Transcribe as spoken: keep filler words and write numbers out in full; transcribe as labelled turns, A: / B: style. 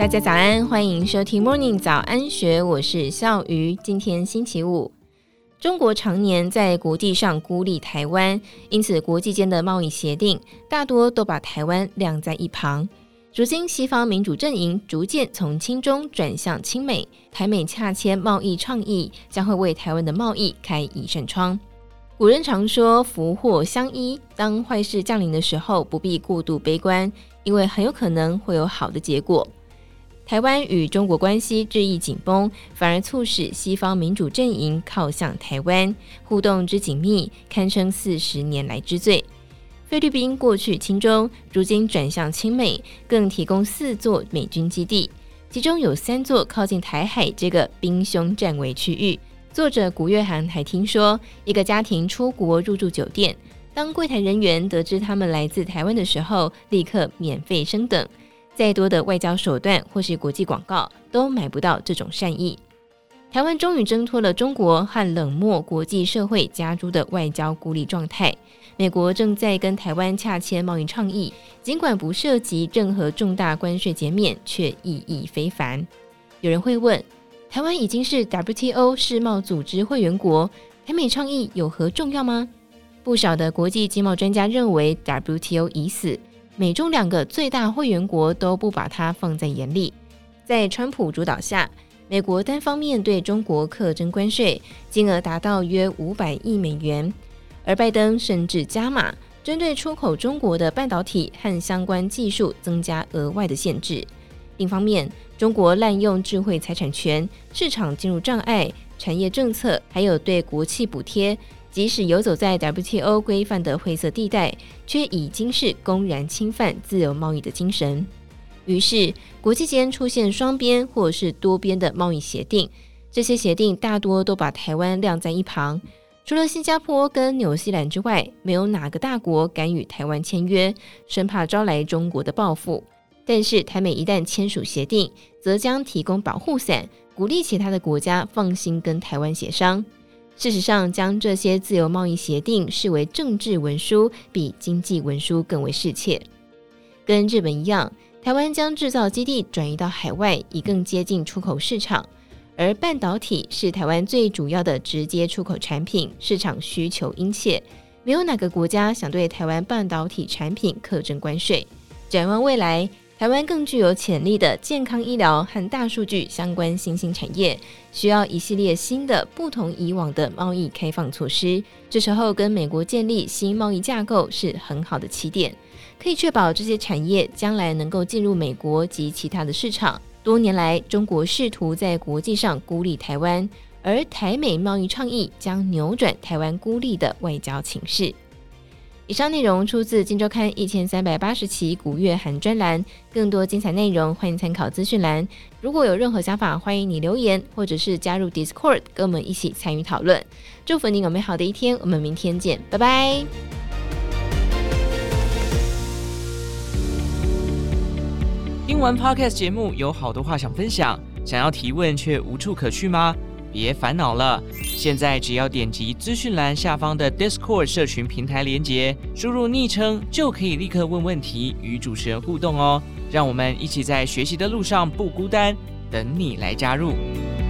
A: 大家早安，欢迎收听 Morning 早安学，我是笑瑜。今天星期五，中国常年在国际上孤立台湾，因此国际间的贸易协定大多都把台湾晾在一旁。如今西方民主阵营逐渐从亲中转向亲美，台美洽签贸易倡议将会为台湾的贸易开一扇窗。古人常说福祸相依，当坏事降临的时候不必过度悲观，因为很有可能会有好的结果。台湾与中国关系日益紧绷，反而促使西方民主阵营靠向台湾，互动之紧密，堪称四十年来之最。菲律宾过去亲中，如今转向亲美，更提供四座美军基地，其中有三座靠近台海这个兵凶战危区域。作者古月涵还听说，一个家庭出国入住酒店，当柜台人员得知他们来自台湾的时候，立刻免费升等。再多的外交手段或是国际广告都买不到这种善意。台湾终于挣脱了中国和冷漠国际社会加诸的外交孤立状态。美国正在跟台湾洽签贸易倡议，尽管不涉及任何重大关税减免，却意义非凡。有人会问，台湾已经是 W T O 世贸组织会员国，台美倡议有何重要吗？不少的国际经贸专家认为 W T O 已死，美中两个最大会员国都不把它放在眼里。在川普主导下，美国单方面对中国课征关税，金额达到约五百亿美元，而拜登甚至加码，针对出口中国的半导体和相关技术增加额外的限制。另一方面，中国滥用智慧财产权，市场进入障碍，产业政策还有对国企补贴，即使游走在 W T O 规范的灰色地带，却已经是公然侵犯自由贸易的精神。于是国际间出现双边或是多边的贸易协定，这些协定大多都把台湾晾在一旁。除了新加坡跟纽西兰之外，没有哪个大国敢与台湾签约，生怕招来中国的报复。但是台美一旦签署协定，则将提供保护伞，鼓励其他的国家放心跟台湾协商。事实上，将这些自由贸易协定视为政治文书，比经济文书更为适切。跟日本一样，台湾将制造基地转移到海外，以更接近出口市场。而半导体是台湾最主要的直接出口产品，市场需求殷切，没有哪个国家想对台湾半导体产品课征关税。展望未来，台湾更具有潜力的健康医疗和大数据相关新兴产业，需要一系列新的不同以往的贸易开放措施。这时候跟美国建立新贸易架构是很好的起点，可以确保这些产业将来能够进入美国及其他的市场。多年来，中国试图在国际上孤立台湾，而台美贸易倡议将扭转台湾孤立的外交情势。以上内容出自《今周刊》一千三百八十期古月涵专栏，更多精彩内容欢迎参考资讯栏。如果有任何想法，欢迎你留言，或者是加入 Discord 跟我们一起参与讨论。祝福你有美好的一天，我们明天见，拜拜。
B: 听完 Podcast 节目有好多话想分享，想要提问却无处可去吗？别烦恼了，现在只要点击资讯栏下方的 Discord 社群平台连结，输入昵称就可以立刻问问题，与主持人互动哦。让我们一起在学习的路上不孤单，等你来加入。